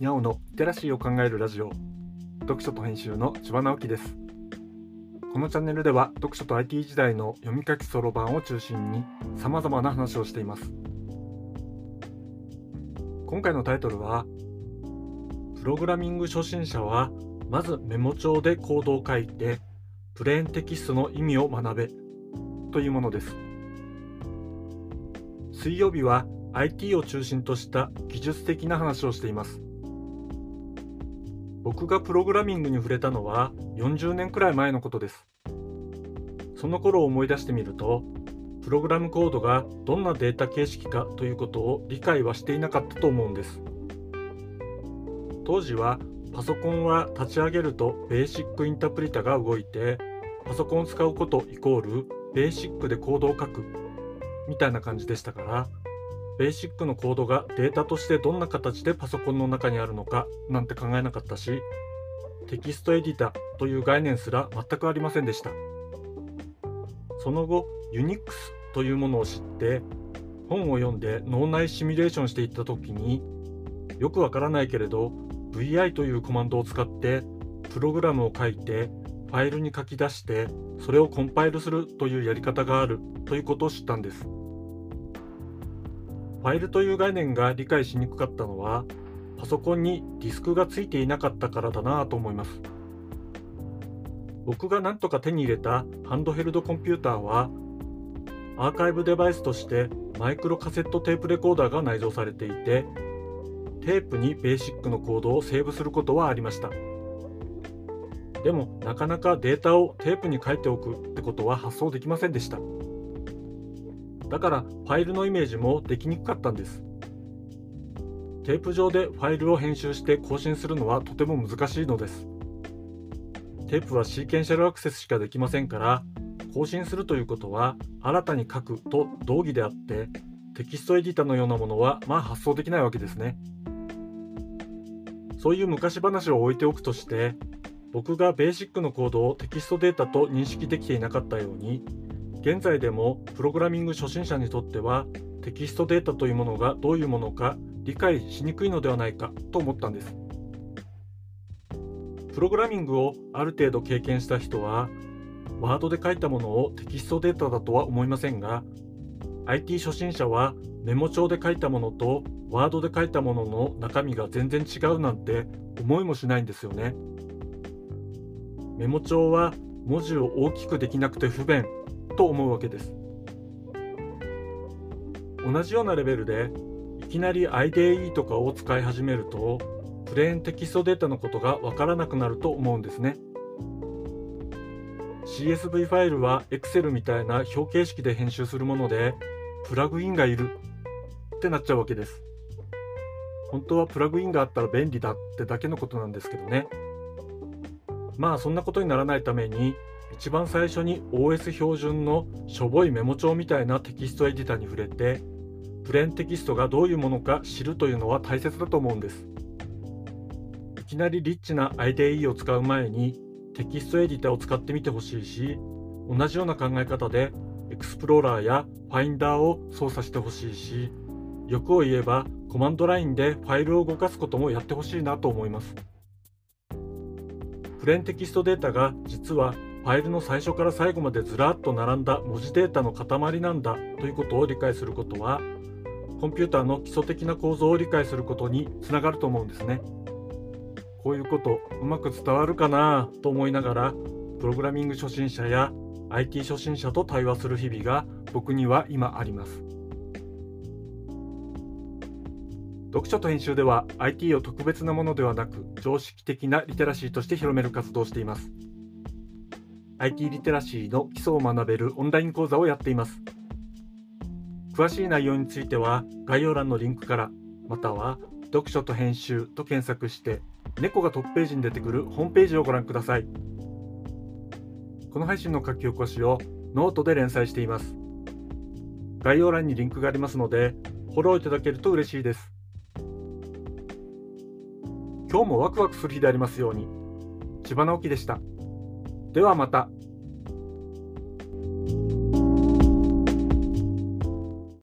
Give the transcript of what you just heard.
にゃおのリテラシーを考えるラジオ、読書と編集の千葉直樹です。このチャンネルでは読書と IT 時代の読み書きそろばんを中心に様々な話をしています。今回のタイトルは、プログラミング初心者はまずメモ帳でコードを書いてプレーンテキストの意味を学べというものです。水曜日は IT を中心とした技術的な話をしています。僕がプログラミングに触れたのは40年くらい前のことです。その頃を思い出してみると、プログラムコードがどんなデータ形式かということを理解はしていなかったと思うんです。当時はパソコンは立ち上げるとベーシックインタープリタが動いて、パソコンを使うことイコールベーシックでコードを書くみたいな感じでしたから、ベーシックのコードがデータとしてどんな形でパソコンの中にあるのかなんて考えなかったし、テキストエディタという概念すら全くありませんでした。その後、Unix というものを知って、本を読んで脳内シミュレーションしていった時に、よくわからないけれど VI というコマンドを使ってプログラムを書いてファイルに書き出してそれをコンパイルするというやり方があるということを知ったんです。ファイルという概念が理解しにくかったのは、パソコンにディスクがついていなかったからだなぁと思います。僕がなんとか手に入れたハンドヘルドコンピューターは、アーカイブデバイスとしてマイクロカセットテープレコーダーが内蔵されていて、テープにベーシックのコードをセーブすることはありました。でも、なかなかデータをテープに書いておくってことは発想できませんでした。だからファイルのイメージもできにくかったんです。テープ上でファイルを編集して更新するのはとても難しいのです。テープはシーケンシャルアクセスしかできませんから、更新するということは新たに書くと同義であって、テキストエディタのようなものは発想できないわけですね。そういう昔話を置いておくとして、僕がベーシックのコードをテキストデータと認識できていなかったように、現在でもプログラミング初心者にとってはテキストデータというものがどういうものか理解しにくいのではないかと思ったんです。プログラミングをある程度経験した人は、ワードで書いたものをテキストデータだとは思いませんが、IT 初心者はメモ帳で書いたものとワードで書いたものの中身が全然違うなんて思いもしないんですよね。メモ帳は文字を大きくできなくて不便と思うわけです。同じようなレベルでいきなり IDE とかを使い始めると、プレーンテキストデータのことがわからなくなると思うんですね。CSV ファイルは Excel みたいな表形式で編集するもので、プラグインがいるってなっちゃうわけです。本当はプラグインがあったら便利だってだけのことなんですけどね。そんなことにならないために、一番最初に OS 標準のしょぼいメモ帳みたいなテキストエディタに触れて、プレーンテキストがどういうものか知るというのは大切だと思うんです。いきなりリッチな IDE を使う前にテキストエディタを使ってみてほしいし、同じような考え方でエクスプローラーやファインダーを操作してほしいし、欲を言えばコマンドラインでファイルを動かすこともやってほしいなと思います。プレーンテキストデータが実はファイルの最初から最後までずらっと並んだ文字データの塊なんだということを理解することは、コンピューターの基礎的な構造を理解することにつながると思うんですね。こういうことうまく伝わるかなと思いながら、プログラミング初心者や IT 初心者と対話する日々が僕には今あります。読書と編集では IT を特別なものではなく常識的なリテラシーとして広める活動をしています。IT リテラシーの基礎を学べるオンライン講座をやっています。詳しい内容については概要欄のリンクから、または読書と編集と検索して猫がトップページに出てくるホームページをご覧ください。この配信の書き起こしをノートで連載しています。概要欄にリンクがありますのでフォローいただけると嬉しいです。今日もワクワクする日でありますように。千葉直樹でした。ではまた。